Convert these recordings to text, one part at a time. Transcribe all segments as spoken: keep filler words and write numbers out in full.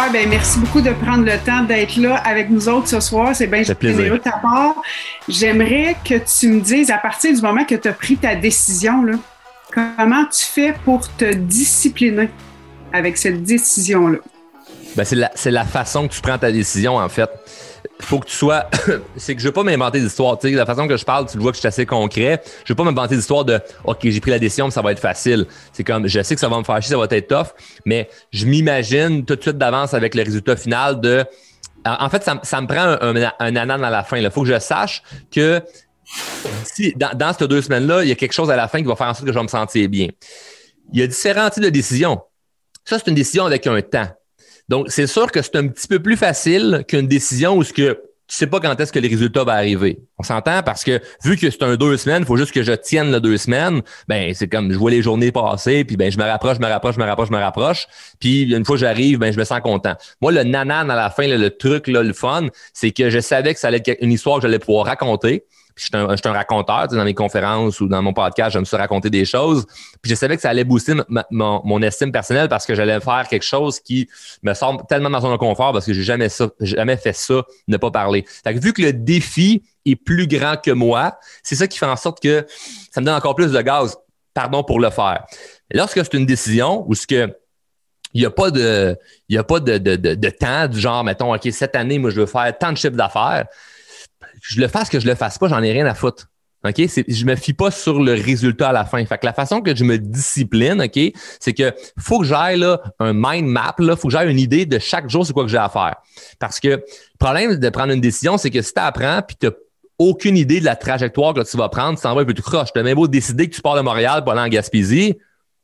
super. Ben, merci beaucoup de prendre le temps d'être là avec nous autres ce soir. C'est bien généreux de ta part. J'aimerais que tu me dises, à partir du moment que tu as pris ta décision, là, comment tu fais pour te discipliner avec cette décision-là? Ben, c'est la, c'est la façon que tu prends ta décision, en fait. Faut que tu sois... c'est que je veux pas m'inventer d'histoire. Tu sais, la façon que je parle, tu le vois que je suis assez concret. Je veux pas m'inventer d'histoire de « OK, j'ai pris la décision, mais ça va être facile. » C'est comme, je sais que ça va me faire chier, ça va être tough, mais je m'imagine tout de suite d'avance avec le résultat final de... En fait, ça, ça me prend un, un, un anan à la fin. Il faut que je sache que si, dans, dans ces deux semaines-là, il y a quelque chose à la fin qui va faire en sorte que je vais me sentir bien. Il y a différents types de décisions. Ça, c'est une décision avec un temps. Donc, c'est sûr que c'est un petit peu plus facile qu'une décision où ce que tu sais pas quand est-ce que les résultats vont arriver. On s'entend parce que vu que c'est un deux semaines, il faut juste que je tienne le deux semaines. Ben, c'est comme je vois les journées passer, puis ben je me rapproche, je me rapproche, je me rapproche, je me rapproche. Puis une fois que j'arrive, ben je me sens content. Moi, le nanan à la fin, là, le truc, là, le fun, c'est que je savais que ça allait être une histoire que j'allais pouvoir raconter. Puis je suis un, je suis un raconteur, tu sais, dans mes conférences ou dans mon podcast, j'aime ça raconter des choses. Puis je savais que ça allait booster ma, mon, mon estime personnelle parce que j'allais faire quelque chose qui me sort tellement dans son confort parce que j'ai jamais ça, jamais fait ça, ne pas parler. Fait que vu que le défi est plus grand que moi, c'est ça qui fait en sorte que ça me donne encore plus de gaz, pardon, pour le faire. Et lorsque c'est une décision où ce que il n'y a pas de, il y a pas de, de, de, de temps du genre, mettons, OK, cette année, moi, je veux faire tant de chiffres d'affaires. Je le fasse que je le fasse pas, j'en ai rien à foutre. OK? C'est, je me fie pas sur le résultat à la fin. Fait que la façon que je me discipline, OK, c'est que faut que j'aille là, un mind map, là, faut que j'aille une idée de chaque jour c'est quoi que j'ai à faire. Parce que le problème de prendre une décision, c'est que si tu apprends puis tu n'as aucune idée de la trajectoire que tu vas prendre, tu t'en vas un peu tout croche. Tu as même beau décider que tu pars de Montréal pour aller en Gaspésie,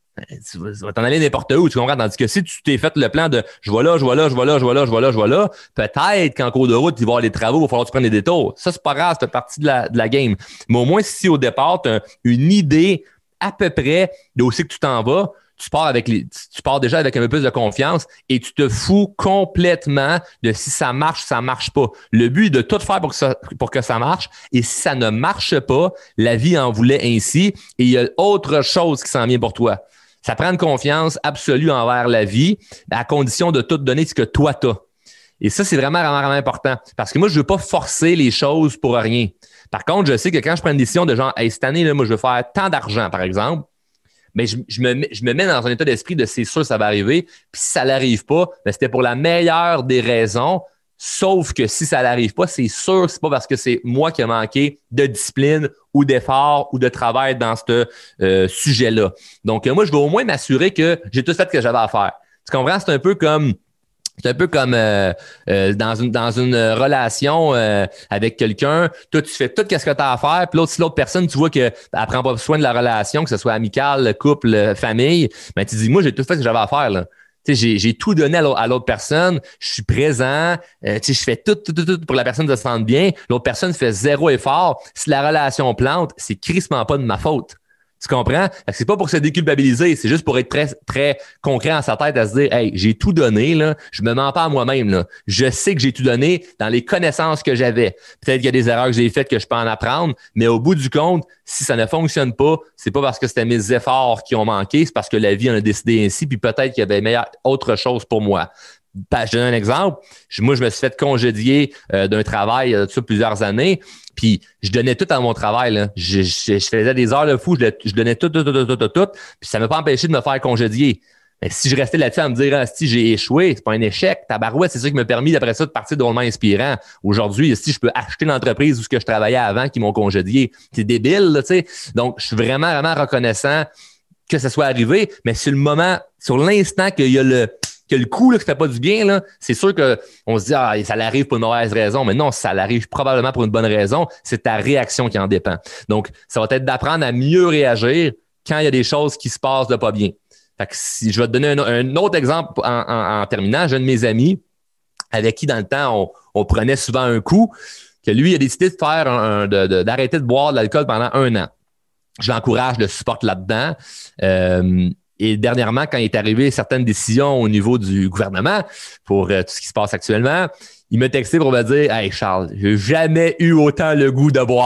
tu vas, tu vas t'en aller n'importe où, tu comprends? Tandis que si tu t'es fait le plan de je vais là, je vais là, je vais là, je vais là, je vais là, je vais là, peut-être qu'en cours de route, il va y avoir les travaux, il va falloir que tu prennes des détours. Ça, c'est pas grave, c'est partie de la, de la game. Mais au moins, si au départ, tu as une idée à peu près de où c'est que tu t'en vas, tu pars avec les, tu pars déjà avec un peu plus de confiance et tu te fous complètement de si ça marche, ça marche pas. Le but est de tout faire pour que ça, pour que ça marche. Et si ça ne marche pas, la vie en voulait ainsi et il y a autre chose qui s'en vient pour toi. Ça prend une confiance absolue envers la vie, à condition de tout donner ce que toi t'as. Et ça, c'est vraiment, vraiment, vraiment important. Parce que moi, je ne veux pas forcer les choses pour rien. Par contre, je sais que quand je prends une décision de genre, hey, cette année, là, moi, je veux faire tant d'argent, par exemple, mais je, je, me, je me mets dans un état d'esprit de c'est sûr ça va arriver. Puis si ça n'arrive pas, ben, c'était pour la meilleure des raisons. Sauf que si ça n'arrive pas, c'est sûr que c'est pas parce que c'est moi qui ai manqué de discipline ou d'effort ou de travail dans ce euh, sujet-là. Donc, euh, moi, je veux au moins m'assurer que j'ai tout fait ce que j'avais à faire. Tu comprends? C'est un peu comme... C'est un peu comme euh, euh, dans une dans une relation euh, avec quelqu'un. Toi, tu fais tout ce que tu as à faire. Puis l'autre, si l'autre personne, tu vois qu'elle ne prend pas soin de la relation, que ce soit amicale, couple, famille, ben tu dis, moi, j'ai tout fait ce que j'avais à faire, là. Tu sais, j'ai, j'ai tout donné à l'autre personne. Je suis présent. Euh, tu sais, je fais tout, tout, tout, tout pour que la personne se sente bien. L'autre personne fait zéro effort. Si la relation plante, c'est crissement pas de ma faute. Tu comprends? C'est pas pour se déculpabiliser, c'est juste pour être très, très concret en sa tête à se dire, hey, j'ai tout donné, là. Je me mens pas à moi-même, là. Je sais que j'ai tout donné dans les connaissances que j'avais. Peut-être qu'il y a des erreurs que j'ai faites que je peux en apprendre, mais au bout du compte, si ça ne fonctionne pas, c'est pas parce que c'était mes efforts qui ont manqué, c'est parce que la vie en a décidé ainsi, puis peut-être qu'il y avait meilleure, autre chose pour moi. Je donne un exemple. Moi, je me suis fait congédier euh, d'un travail euh, ça plusieurs années. Puis, je donnais tout à mon travail. Là. Je, je, je faisais des heures de fou. Je, je donnais tout, tout, tout, tout, tout, tout. Puis, ça ne m'a pas empêché de me faire congédier. Mais si je restais là-dessus à me dire, ah, si j'ai échoué, c'est pas un échec. Tabarouette, c'est ça qui m'a permis, d'après ça, de partir drôlement inspirant. Aujourd'hui, si je peux acheter l'entreprise où ce que je travaillais avant qui m'ont congédié, c'est débile, là, tu sais. Donc, je suis vraiment, vraiment reconnaissant que ça soit arrivé. Mais sur le moment, sur l'instant qu'il y a le... que le coup là, qui fait pas du bien, là, c'est sûr qu'on se dit ah, ça l'arrive pour une mauvaise raison, mais non, ça l'arrive probablement pour une bonne raison, c'est ta réaction qui en dépend. Donc, ça va être d'apprendre à mieux réagir quand il y a des choses qui se passent de pas bien. Fait que si je vais te donner un, un autre exemple en, en, en terminant, j'ai un de mes amis avec qui, dans le temps, on, on prenait souvent un coup, que lui, il a décidé de faire un, un, de, de, d'arrêter de boire de l'alcool pendant un an. Je l'encourage, je le supporte là-dedans. Euh, Et dernièrement, quand il est arrivé certaines décisions au niveau du gouvernement pour euh, tout ce qui se passe actuellement, il m'a texté pour me dire « Hey Charles, j'ai jamais eu autant le goût de boire. »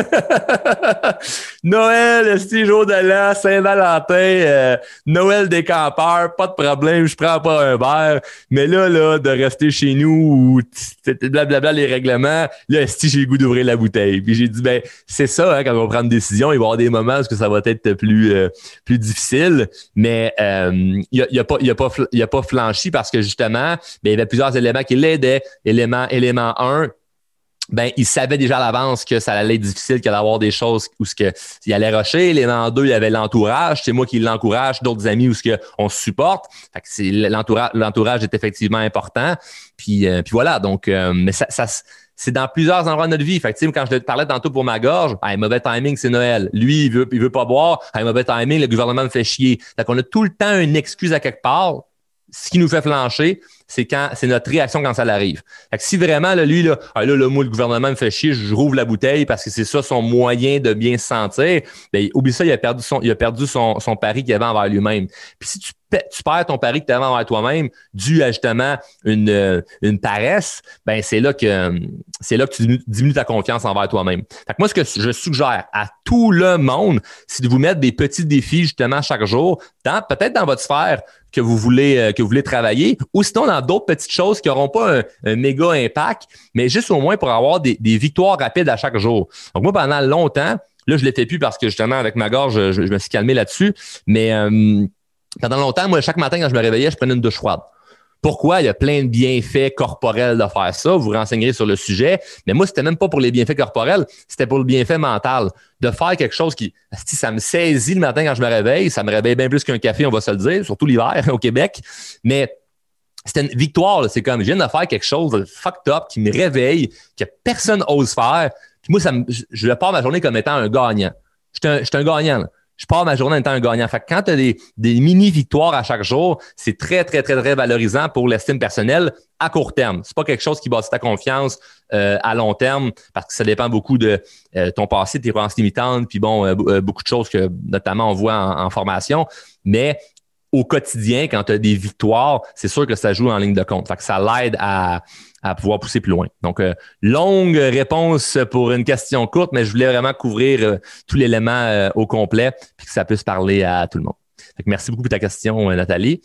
Noël, c'est jour de l'an, Saint-Valentin, euh, Noël des campeurs, pas de problème, je prends pas un verre. Mais là, là, de rester chez nous, blablabla les règlements, là, si j'ai le goût d'ouvrir la bouteille. Puis j'ai dit, ben, c'est ça, hein, quand on prend une décision, il va y avoir des moments où ça va être plus, euh, plus difficile. Mais euh, il a, il a pas, il a pas, il a pas flanchi parce que justement, ben, il y avait plusieurs éléments qui l'aidaient. Élément, élément un, ben, il savait déjà à l'avance que ça allait être difficile, qu'il allait avoir des choses où ce que, il allait rusher. Élément deux, il y avait l'entourage. C'est moi qui l'encourage, d'autres amis où ce que on se supporte. Fait que c'est l'entourage, l'entourage est effectivement important. Puis, euh, puis voilà. Donc, euh, mais ça, ça, c'est dans plusieurs endroits de notre vie. Fait que, tu sais, quand je te parlais tantôt pour ma gorge, hey, mauvais timing, c'est Noël. Lui, il veut, il veut pas boire. Hey, mauvais timing, le gouvernement me fait chier. Fait qu'on a tout le temps une excuse à quelque part. Ce qui nous fait flancher, c'est quand c'est notre réaction quand ça l'arrive. Fait que si vraiment, là, lui, là, ah, là, là, moi, le gouvernement me fait chier, je rouvre la bouteille parce que c'est ça son moyen de bien se sentir, ben, oublie ça, il a perdu son, il a perdu son, son pari qu'il avait envers lui-même. Puis si tu, tu perds ton pari que tu avais envers toi-même, dû à justement une, une paresse, ben, c'est là que, c'est là que tu diminues ta confiance envers toi-même. Fait que moi, ce que je suggère à tout le monde, c'est de vous mettre des petits défis, justement, chaque jour, dans, peut-être dans votre sphère que vous voulez, euh, que vous voulez travailler, ou sinon dans d'autres petites choses qui n'auront pas un, un méga impact, mais juste au moins pour avoir des, des victoires rapides à chaque jour. Donc moi, pendant longtemps, là, je ne l'ai fait plus parce que justement, avec ma gorge, je, je me suis calmé là-dessus, mais euh, pendant longtemps, moi, chaque matin, quand je me réveillais, je prenais une douche froide. Pourquoi? Il y a plein de bienfaits corporels de faire ça. Vous vous renseignerez sur le sujet. Mais moi, c'était même pas pour les bienfaits corporels, c'était pour le bienfait mental. De faire quelque chose qui, si ça me saisit le matin quand je me réveille, ça me réveille bien plus qu'un café, on va se le dire, surtout l'hiver au Québec. Mais c'était une victoire, là. C'est comme, je viens de faire quelque chose de fucked up qui me réveille, que personne n'ose faire. Puis moi, ça me, je pars ma journée comme étant un gagnant. Je suis un, un gagnant, là. Je pars ma journée en étant un gagnant. Fait que quand tu as des, des mini-victoires à chaque jour, c'est très, très, très, très valorisant pour l'estime personnelle à court terme. C'est pas quelque chose qui bâtit ta confiance euh, à long terme parce que ça dépend beaucoup de euh, ton passé, tes croyances limitantes, puis bon, euh, beaucoup de choses que notamment on voit en, en formation. Mais au quotidien, quand tu as des victoires, c'est sûr que ça joue en ligne de compte. Fait que ça l'aide à, à pouvoir pousser plus loin. Donc, euh, longue réponse pour une question courte, mais je voulais vraiment couvrir euh, tout l'élément euh, au complet puis que ça puisse parler à tout le monde. Fait que merci beaucoup pour ta question, Nathalie.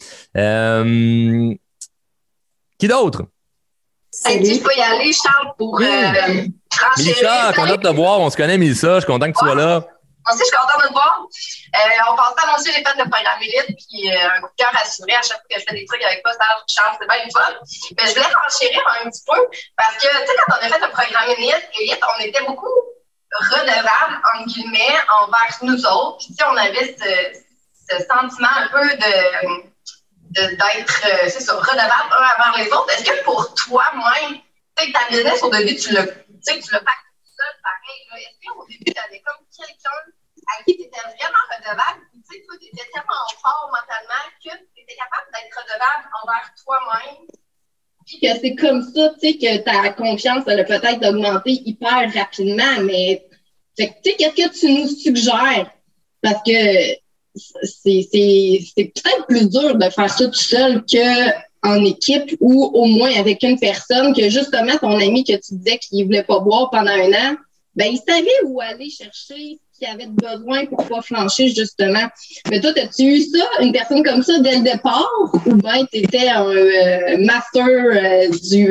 Euh, qui d'autre? Hey, tu peux y aller, Charles, pour euh, mmh. Mélissa, content de te voir. On se connaît, Mélissa. Je suis content que tu sois là. Moi aussi, je suis contente de te voir. Euh, on pense à annoncer les fans de Programme Élite, puis euh, un coup de cœur assuré à chaque fois que je fais des trucs avec toi, Charles, c'est bien une fun. Mais je voulais enchérir un petit peu, parce que, tu sais, quand on a fait le Programme Élite, Élite, on était beaucoup redevables, entre guillemets, envers nous autres. Puis, tu sais, on avait ce, ce sentiment un peu de, de d'être, euh, c'est ça, redevable un envers les autres. Est-ce que pour toi-même, tu sais, ta business, au début, tu l'as, tu sais, tu l'as pas pareil, là. Est-ce qu'au début, tu avais comme quelqu'un à qui tu étais vraiment redevable, ou tu sais, toi, tu étais tellement fort mentalement que tu étais capable d'être redevable envers toi-même? Puis que c'est comme ça, tu sais, que ta confiance, elle a peut-être augmenté hyper rapidement, mais, fait que, tu sais, qu'est-ce que tu nous suggères? Parce que c'est, c'est, c'est peut-être plus dur de faire ça tout seul que en équipe ou au moins avec une personne que justement ton ami que tu disais qu'il voulait pas boire pendant un an, ben il savait où aller chercher ce qu'il avait de besoin pour pas flancher justement. Mais toi, as-tu eu ça, une personne comme ça dès le départ, ou bien tu étais un euh, master euh, du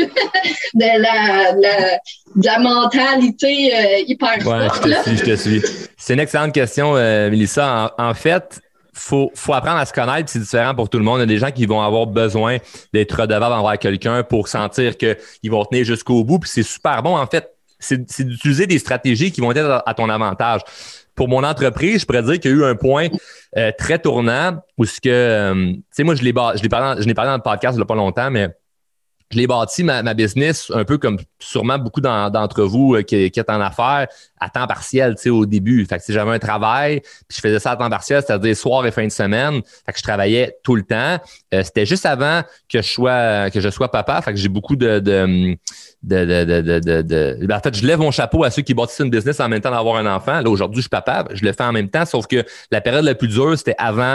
de, la, la, de la mentalité euh, hyper ouais, forte? Je te suis, je te suis. C'est une excellente question, euh, Mélissa. En, en fait, Faut, faut apprendre à se connaître, c'est différent pour tout le monde. Il y a des gens qui vont avoir besoin d'être redevables envers quelqu'un pour sentir qu'ils vont tenir jusqu'au bout. Puis c'est super bon, en fait, c'est, c'est d'utiliser des stratégies qui vont être à ton avantage. Pour mon entreprise, je pourrais dire qu'il y a eu un point euh, très tournant où ce que, euh, tu sais, moi, je l'ai, je l'ai parlé, je l'ai parlé dans le podcast il n'y a pas longtemps, mais je l'ai bâti ma, ma business un peu comme sûrement beaucoup dans, d'entre vous euh, qui, qui êtes en affaires à temps partiel, tu sais, au début. Fait que si j'avais un travail, puis je faisais ça à temps partiel, c'est-à-dire soir et fin de semaine. Fait que je travaillais tout le temps. Euh, c'était juste avant que je sois que je sois papa. Fait que j'ai beaucoup de de de de de, de, de, de... Ben, en fait, je lève mon chapeau à ceux qui bâtissent une business en même temps d'avoir un enfant. Là, aujourd'hui, je suis papa, je le fais en même temps, sauf que la période la plus dure, c'était avant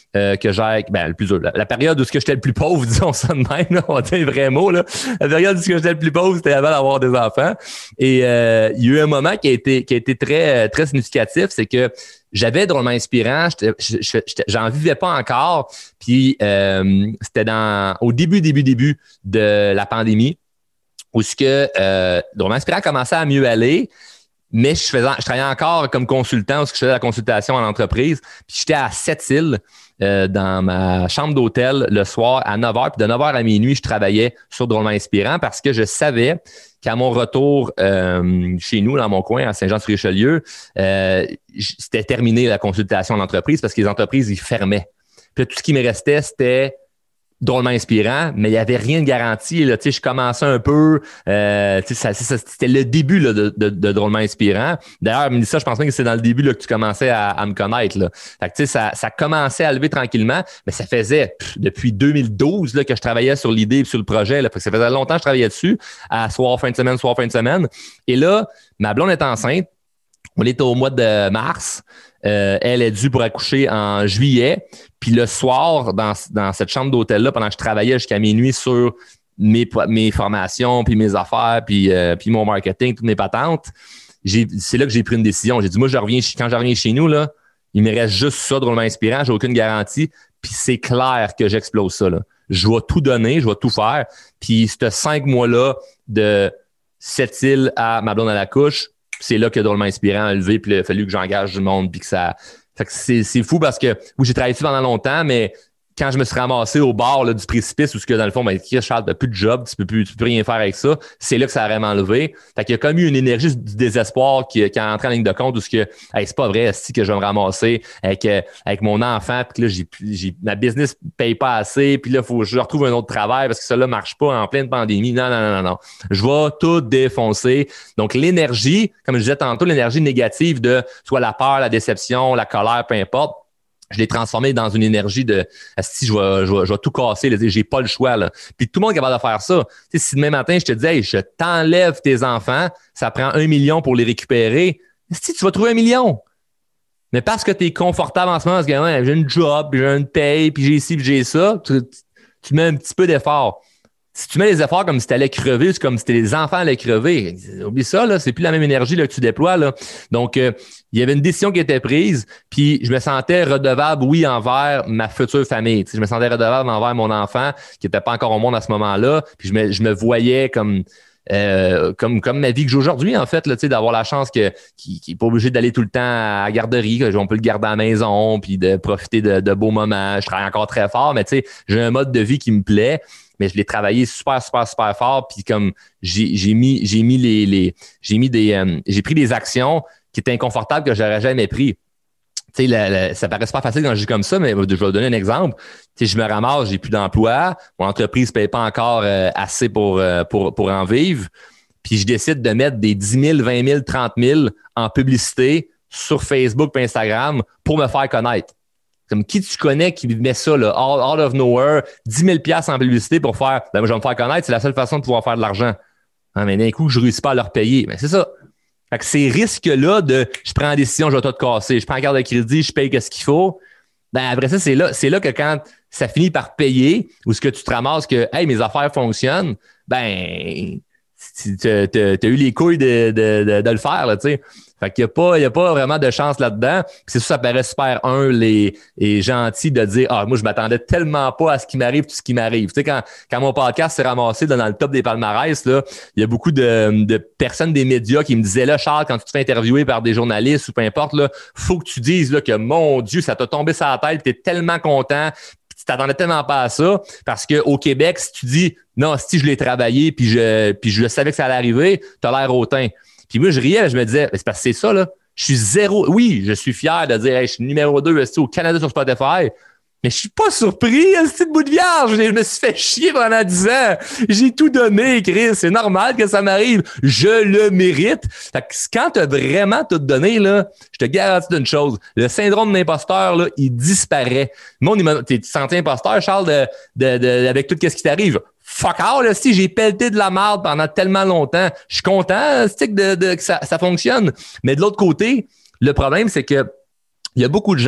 euh, que j'ai, ben, le plus dur, la, la période où j'étais le plus pauvre, disons ça de même, là, on va dire les vrais mots, là. La période où j'étais le plus pauvre, c'était avant d'avoir des enfants. Et euh, il y a eu un moment qui a été, qui a été très, très significatif, c'est que j'avais Drôlement Inspirant, j'étais, j'étais, j'en vivais pas encore, puis euh, c'était dans au début, début, début de la pandémie, où ce que euh, Drôlement Inspirant commençait à mieux aller, mais je faisais, je travaillais encore comme consultant, où je faisais la consultation en entreprise, puis j'étais à Sept-Îles, euh, dans ma chambre d'hôtel le soir à neuf heures, puis de neuf heures à minuit, je travaillais sur Drôlement Inspirant parce que je savais qu'à mon retour euh, chez nous, dans mon coin, à Saint-Jean-sur-Richelieu, euh, c'était terminé la consultation en entreprise parce que les entreprises, ils fermaient. Puis là, tout ce qui me restait, c'était Drôlement Inspirant, mais il n'y avait rien de garanti. Là, je commençais un peu, euh, ça, ça, c'était le début là, de, de, de Drôlement Inspirant. D'ailleurs, Mélissa, je pense même que c'est dans le début là, que tu commençais à, à me connaître. Là. Fait que, ça, ça commençait à lever tranquillement, mais ça faisait pff, depuis deux mille douze là, que je travaillais sur l'idée et sur le projet. Là, fait que ça faisait longtemps que je travaillais dessus, à soir, fin de semaine, soir, fin de semaine. Et là, ma blonde est enceinte. On est au mois de mars. Euh, elle est due pour accoucher en juillet. Puis le soir, dans, dans cette chambre d'hôtel-là, pendant que je travaillais jusqu'à minuit sur mes, mes formations, puis mes affaires, puis, euh, puis mon marketing, toutes mes patentes, j'ai, c'est là que j'ai pris une décision. J'ai dit, moi, je reviens, quand je reviens chez nous, là, il me reste juste ça, Drôlement Inspirant. J'ai aucune garantie. Puis c'est clair que j'explose ça. Là. Je vais tout donner, je vais tout faire. Puis ces cinq mois-là de Sept-Îles à ma blonde à la couche, c'est là que Drôlement Inspirant a levé, puis il a fallu que j'engage du monde, puis que ça... Fait que c'est, c'est fou parce que, oui, j'ai travaillé dessus pendant longtemps, mais quand je me suis ramassé au bord là, du précipice, où ce que dans le fond, ben, Charles, t'as plus de job, tu peux plus, tu peux plus rien faire avec ça, c'est là que ça a vraiment levé. Fait qu'il y a comme eu une énergie du désespoir qui, qui est entrée en ligne de compte, où ce que, hey, c'est pas vrai, c'est que je vais me ramasser avec, avec mon enfant, puis que là, j'ai, j'ai, ma business paye pas assez, puis là, faut que je retrouve un autre travail parce que ça là marche pas en pleine pandémie. Non, non, non, non, non. Je vais tout défoncer. Donc, l'énergie, comme je disais tantôt, l'énergie négative de soit la peur, la déception, la colère, peu importe, je l'ai transformé dans une énergie de si je vais, je vais, je vais tout casser, là, j'ai pas le choix. Là. Puis tout le monde est capable de faire ça. T'sais, si demain matin, je te disais, hey, je t'enlève tes enfants, ça prend un million pour les récupérer, si tu vas trouver un million. Mais parce que tu es confortable en ce moment, parce que ouais, j'ai une job, j'ai une paye, puis j'ai ci, puis j'ai ça, tu, tu mets un petit peu d'effort. Si tu mets les efforts comme si tu allais crever, c'est comme si les enfants allaient crever. Oublie ça, là, c'est plus la même énergie là, que tu déploies. Là. Donc, euh, il y avait une décision qui était prise, puis je me sentais redevable, oui, envers ma future famille. Tu sais, je me sentais redevable envers mon enfant qui n'était pas encore au monde à ce moment-là. Puis je me, je me voyais comme, euh, comme, comme ma vie que j'ai aujourd'hui, en fait, là, tu sais, d'avoir la chance que, qu'il n'est pas obligé d'aller tout le temps à la garderie, qu'on peut le garder à la maison, puis de profiter de, de beaux moments. Je travaille encore très fort, mais tu sais, j'ai un mode de vie qui me plaît. Mais je l'ai travaillé super, super, super fort. Puis comme j'ai, j'ai mis, j'ai mis les, les j'ai mis des, euh, j'ai pris des actions qui étaient inconfortables que j'aurais jamais pris. Tu sais, la, la, ça paraît pas facile quand je dis comme ça, mais je vais vous donner un exemple. Tu sais, je me ramasse, j'ai plus d'emploi, mon entreprise paye pas encore euh, assez pour, euh, pour, pour en vivre. Puis je décide de mettre des dix mille, vingt mille, trente mille en publicité sur Facebook et Instagram pour me faire connaître. Comme qui tu connais qui met ça, là, out, out of nowhere, dix mille dollars en publicité pour faire, ben, moi, je vais me faire connaître, c'est la seule façon de pouvoir faire de l'argent. Ah, mais d'un coup, je réussis pas à leur payer. Ben, c'est ça. Fait que ces risques-là de, je prends la décision, je vais tout casser, je prends la carte de crédit, je paye ce qu'il faut. Ben, après ça, c'est là, c'est là que quand ça finit par payer, ou ce que tu te ramasses que, hey, mes affaires fonctionnent, ben, tu as eu les couilles de, de, de, de le faire, là, tu sais. Fait qu'il n'y a pas, il y a pas vraiment de chance là-dedans. Puis c'est sûr, ça paraît super humble et, et gentil de dire, ah, moi, je m'attendais tellement pas à ce qui m'arrive, tout ce qui m'arrive. Tu sais, quand, quand mon podcast s'est ramassé là, dans le top des palmarès, là, il y a beaucoup de, de personnes des médias qui me disaient, là, Charles, quand tu te fais interviewer par des journalistes ou peu importe, là, faut que tu dises, là, que mon Dieu, ça t'a tombé sur la tête, t'es tellement content, tu t'attendais tellement pas à ça, parce que au Québec, si tu dis, non, si je l'ai travaillé, puis je, puis je savais que ça allait arriver, t'as l'air hautain. Puis moi, je riais, je me disais, c'est parce que c'est ça, là. Je suis zéro. Oui, je suis fier de dire, hey, je suis numéro deux au Canada sur Spotify. Mais je suis pas surpris, c'est de bout de vierge. Je me suis fait chier pendant dix ans. J'ai tout donné, Chris. C'est normal que ça m'arrive. Je le mérite. Fait que quand t'as vraiment tout donné, là, je te garantis d'une chose. Le syndrome d'imposteur, là, il disparaît. Moi, tu te sens imposteur, Charles, de, de, de, avec tout ce qui t'arrive. Fuck out, là, si j'ai pelleté de la merde pendant tellement longtemps, je suis content, c'est de, de, que ça, ça fonctionne. Mais de l'autre côté, le problème, c'est que il y a beaucoup de gens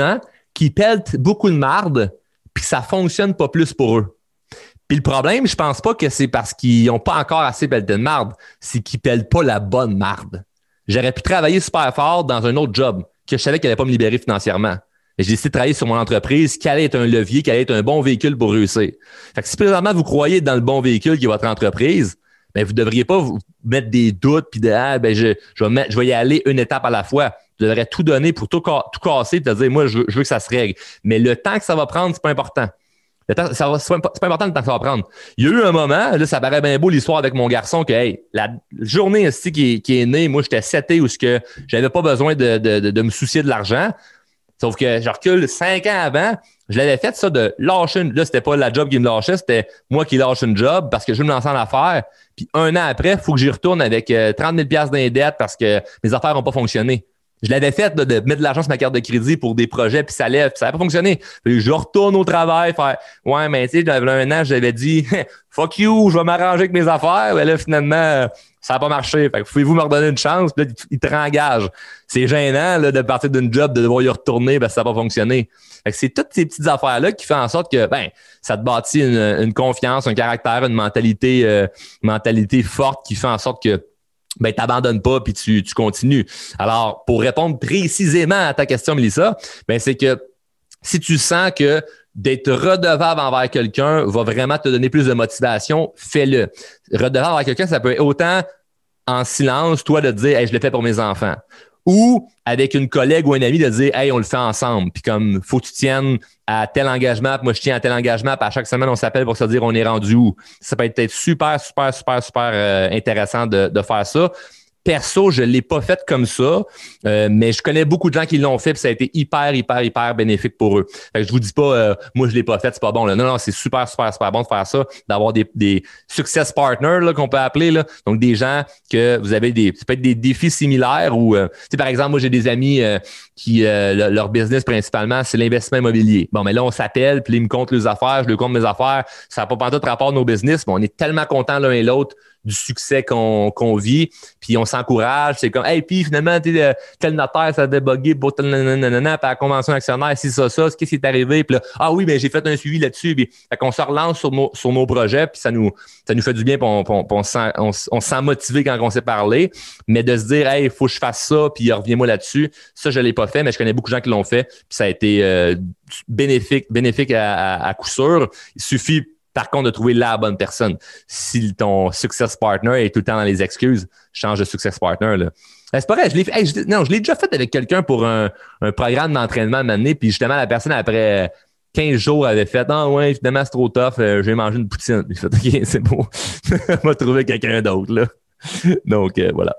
qui pèlent beaucoup de marde, puis ça fonctionne pas plus pour eux. Puis le problème, je pense pas que c'est parce qu'ils n'ont pas encore assez pelleté de marde, c'est qu'ils pèlent pas la bonne marde. J'aurais pu travailler super fort dans un autre job que je savais qu'elle allait pas me libérer financièrement. Et j'ai décidé de travailler sur mon entreprise, qui allait être un levier, qui allait être un bon véhicule pour réussir. Fait que si présentement vous croyez dans le bon véhicule qui est votre entreprise, ben vous devriez pas vous mettre des doutes puis de ah, ben je, je vais mettre, je vais y aller une étape à la fois. Tu devrais tout donner pour tout, tout casser et te dire moi je veux, je veux que ça se règle. Mais le temps que ça va prendre, c'est pas important. Le temps, ça va, c'est pas important le temps que ça va prendre. Il y a eu un moment, là, ça paraît bien beau l'histoire avec mon garçon, que hey, la journée ici qui est, qui est née, moi, j'étais seté où ce que j'avais pas besoin de, de, de, de me soucier de l'argent. Sauf que je recule cinq ans avant, je l'avais fait ça de lâcher une. Là, c'était pas la job qui me lâchait, c'était moi qui lâche une job parce que je veux me lancer en affaires. Puis un an après, il faut que j'y retourne avec euh, trente mille dollars dans les dettes parce que mes affaires n'ont pas fonctionné. Je l'avais fait là, de mettre de l'argent sur ma carte de crédit pour des projets, puis ça lève, puis ça n'avait pas fonctionné. Puis je retourne au travail, faire ouais, mais tu sais, j'avais un an, j'avais dit fuck you, je vais m'arranger avec mes affaires. Mais là, finalement, ça n'a pas marché. Fait que pouvez-vous me redonner une chance? Puis là, il te réengage. C'est gênant là, de partir d'une job, de devoir y retourner parce que ça n'a pas fonctionné. Fait que c'est toutes ces petites affaires-là qui font en sorte que ben, ça te bâtit une, une confiance, un caractère, une mentalité, euh, une mentalité forte qui fait en sorte que ben, t'abandonnes pas puis tu, tu continues. Alors, pour répondre précisément à ta question, Mélissa, ben, c'est que si tu sens que d'être redevable envers quelqu'un va vraiment te donner plus de motivation, fais-le. Redevable envers quelqu'un, ça peut être autant en silence, toi, de te dire hey, je le fais pour mes enfants. Ou avec une collègue ou un ami de dire hey, on le fait ensemble. Puis comme faut que tu tiennes à tel engagement, puis moi je tiens à tel engagement, puis à chaque semaine, on s'appelle pour se dire on est rendu où. Ça peut être super, super, super, super euh, intéressant de, de faire ça. Perso, je ne l'ai pas fait comme ça, euh, mais je connais beaucoup de gens qui l'ont fait, puis ça a été hyper, hyper, hyper bénéfique pour eux. Fait que je vous dis pas, euh, moi je l'ai pas fait, c'est pas bon. Là. Non, non, c'est super, super, super bon de faire ça, d'avoir des, des success partners là, qu'on peut appeler. Là. Donc des gens que vous avez des, ça peut être des défis similaires ou, euh, tu sais, par exemple, moi j'ai des amis euh, qui, euh, le, leur business principalement, c'est l'investissement immobilier. Bon, mais là on s'appelle, puis ils me comptent les affaires, je leur compte mes affaires. Ça n'a pas pantoute rapport à nos business, mais on est tellement contents l'un et l'autre du succès qu'on, qu'on vit, puis on s'encourage, c'est comme hey, puis finalement t'es tel notaire ça a débugué pour tel nanana, puis à la convention actionnaire si ça ça, qu'est-ce qui est arrivé, puis là ah oui, ben j'ai fait un suivi là-dessus, puis fait qu'on se relance sur nos sur nos projets, puis ça nous ça nous fait du bien, puis on on, on, sent, on, on se sent motivé quand on s'est parlé, mais de se dire hey, il faut que je fasse ça, puis reviens-moi là-dessus, ça je l'ai pas fait, mais je connais beaucoup de gens qui l'ont fait, puis ça a été euh, bénéfique bénéfique à, à, à coup sûr. Il suffit par contre, de trouver la bonne personne. Si ton success partner est tout le temps dans les excuses, change de success partner. Là. C'est pas vrai, je l'ai fait. Hey, je, non, je l'ai déjà fait avec quelqu'un pour un, un programme d'entraînement à un moment donné, puis justement, la personne, après quinze jours, avait fait « Ah ouais, finalement, c'est trop tough, euh, j'ai mangé une poutine. » J'ai fait « OK, c'est bon. On va trouver quelqu'un d'autre. » là. Donc, euh, voilà.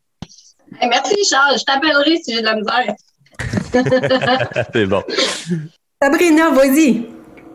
Hey, merci, Charles. Je t'appellerai si j'ai de la misère. C'est bon. Sabrina, vas-y.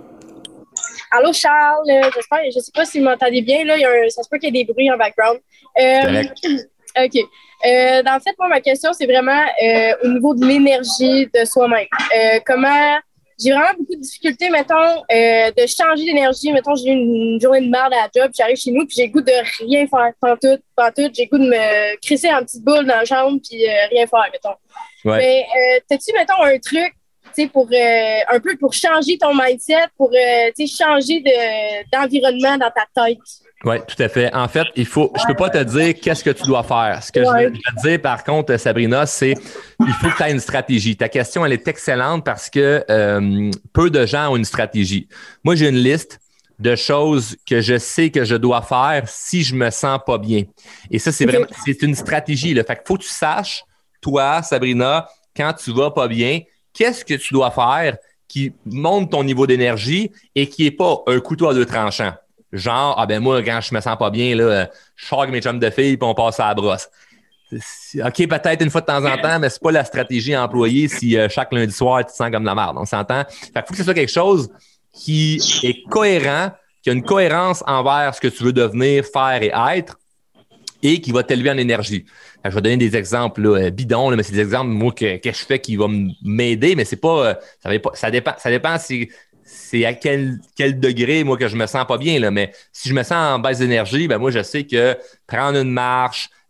Allô Charles, euh, j'espère, je sais pas si vous m'entendez bien, là, il y a un, ça se peut qu'il y ait des bruits en background. Euh, OK. Euh, dans le fait, moi, ma question, c'est vraiment euh, au niveau de l'énergie de soi-même. Euh, comment, j'ai vraiment beaucoup de difficultés, mettons, euh, de changer d'énergie. Mettons, j'ai eu une, une journée de merde à la job, j'arrive chez nous, puis j'ai le goût de rien faire, pantoute, pantoute. J'ai le goût de me crisser en petite boule dans la chambre, puis euh, rien faire, mettons. Ouais. Mais euh, t'as-tu, mettons, un truc pour euh, un peu pour changer ton mindset, pour euh, changer de, d'environnement dans ta tête? Oui, tout à fait. En fait, il faut, je peux pas te dire qu'est-ce que tu dois faire. Ce que ouais. je, veux, je veux te dire, par contre, Sabrina, c'est il faut que tu aies une stratégie. Ta question, elle est excellente parce que euh, peu de gens ont une stratégie. Moi, j'ai une liste de choses que je sais que je dois faire si je me sens pas bien. Et ça, c'est okay. vraiment, c'est une stratégie. Là. Fait qu'il faut que tu saches, toi, Sabrina, quand tu vas pas bien, qu'est-ce que tu dois faire qui monte ton niveau d'énergie et qui n'est pas un couteau à deux tranchants? Genre, ah ben moi, quand je me sens pas bien, là, je sors avec mes chums de filles puis on passe à la brosse. OK, peut-être une fois de temps en temps, mais c'est pas la stratégie à employer si euh, chaque lundi soir, tu te sens comme de la merde. On s'entend? Fait qu'il faut que ce soit quelque chose qui est cohérent, qui a une cohérence envers ce que tu veux devenir, faire et être et qui va t'élever en énergie. Je vais donner des exemples là, bidons, là, mais c'est des exemples moi que, que je fais qui vont m'aider, mais c'est pas ça, pas. ça dépend. Ça dépend si c'est à quel, quel degré moi que je me sens pas bien. Là. Mais si je me sens en baisse d'énergie, ben moi je sais que prendre une marche,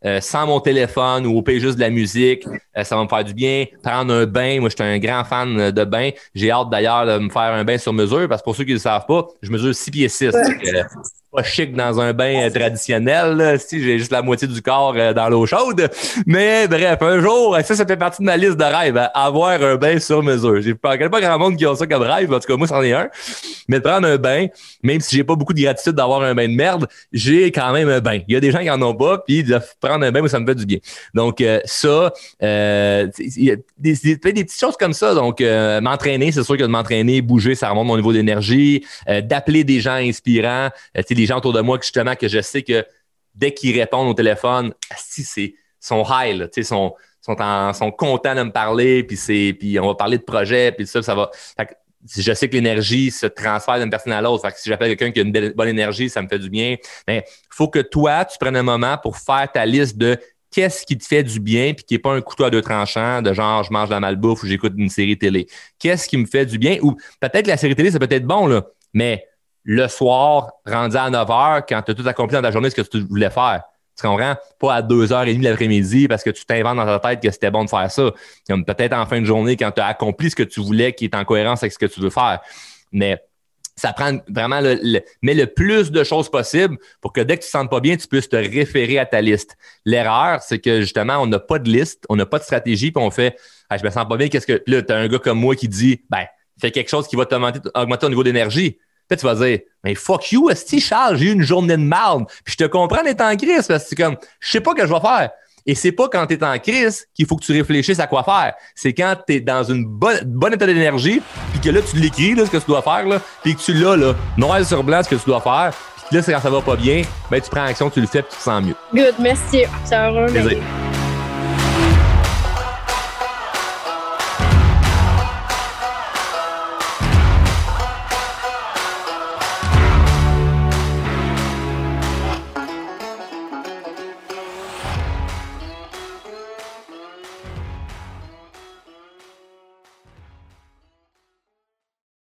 euh, sans mon téléphone ou au pire juste de la musique. Euh, ça va me faire du bien. Prendre un bain. Moi, je suis un grand fan de bain. J'ai hâte d'ailleurs de me faire un bain sur mesure parce que pour ceux qui ne le savent pas, je mesure six pieds six. Ouais. Pas chic dans un bain traditionnel, là, si j'ai juste la moitié du corps euh, dans l'eau chaude. Mais bref, un jour, ça, ça fait partie de ma liste de rêves, hein, avoir un bain sur mesure. J'ai pas, pas grand monde qui a ça comme rêve, en tout cas, moi, c'en est un. Mais de prendre un bain, même si j'ai pas beaucoup de gratitude d'avoir un bain de merde, j'ai quand même un bain. Il y a des gens qui en ont pas, puis de prendre un bain, moi, ça me fait du bien. Donc, euh, ça, euh, il y a des, des, des petites choses comme ça. Donc, euh, m'entraîner, c'est sûr que de m'entraîner, bouger, ça remonte mon niveau d'énergie. Euh, d'appeler des gens inspirants, euh, tu sais, des gens autour de moi que justement que je sais que dès qu'ils répondent au téléphone, si c'est son high, là, tu sais, sont sont en, sont contents de me parler, puis c'est puis on va parler de projet, puis ça ça va. Fait que, je sais que l'énergie se transfère d'une personne à l'autre. Fait que si j'appelle quelqu'un qui a une belle, bonne énergie, ça me fait du bien. Mais il faut que toi, tu prennes un moment pour faire ta liste de qu'est-ce qui te fait du bien puis qui n'est pas un couteau à deux tranchants de genre je mange de la malbouffe ou j'écoute une série télé. Qu'est-ce qui me fait du bien? Ou peut-être la série télé, ça peut être bon, là, mais le soir, rendu à neuf heures, quand tu as tout accompli dans ta journée ce que tu voulais faire. Tu comprends? Pas à deux heures trente de l'après-midi parce que tu t'inventes dans ta tête que c'était bon de faire ça. Comme peut-être en fin de journée, quand tu as accompli ce que tu voulais qui est en cohérence avec ce que tu veux faire. Mais ça prend vraiment le, le, mais le plus de choses possible pour que dès que tu ne te sens pas bien, tu puisses te référer à ta liste. L'erreur, c'est que justement, on n'a pas de liste, on n'a pas de stratégie, puis on fait ah, je me sens pas bien, qu'est-ce que. Puis là, tu as un gars comme moi qui dit ben, fais quelque chose qui va t'augmenter, augmenter ton niveau d'énergie. Puis tu vas dire, mais fuck you, esti Charles, j'ai eu une journée de merde. Puis je te comprends d'être en crise parce que c'est comme, je sais pas ce que je vais faire. Et c'est pas quand tu es en crise qu'il faut que tu réfléchisses à quoi faire. C'est quand tu es dans une bonne, bonne état d'énergie, puis que là, tu l'écris, là, ce que tu dois faire, là, puis que tu l'as, là, noir sur blanc, ce que tu dois faire. Puis là, c'est quand ça va pas bien, ben tu prends action, tu le fais, puis tu te sens mieux. Good, merci. Ça va vraiment bien.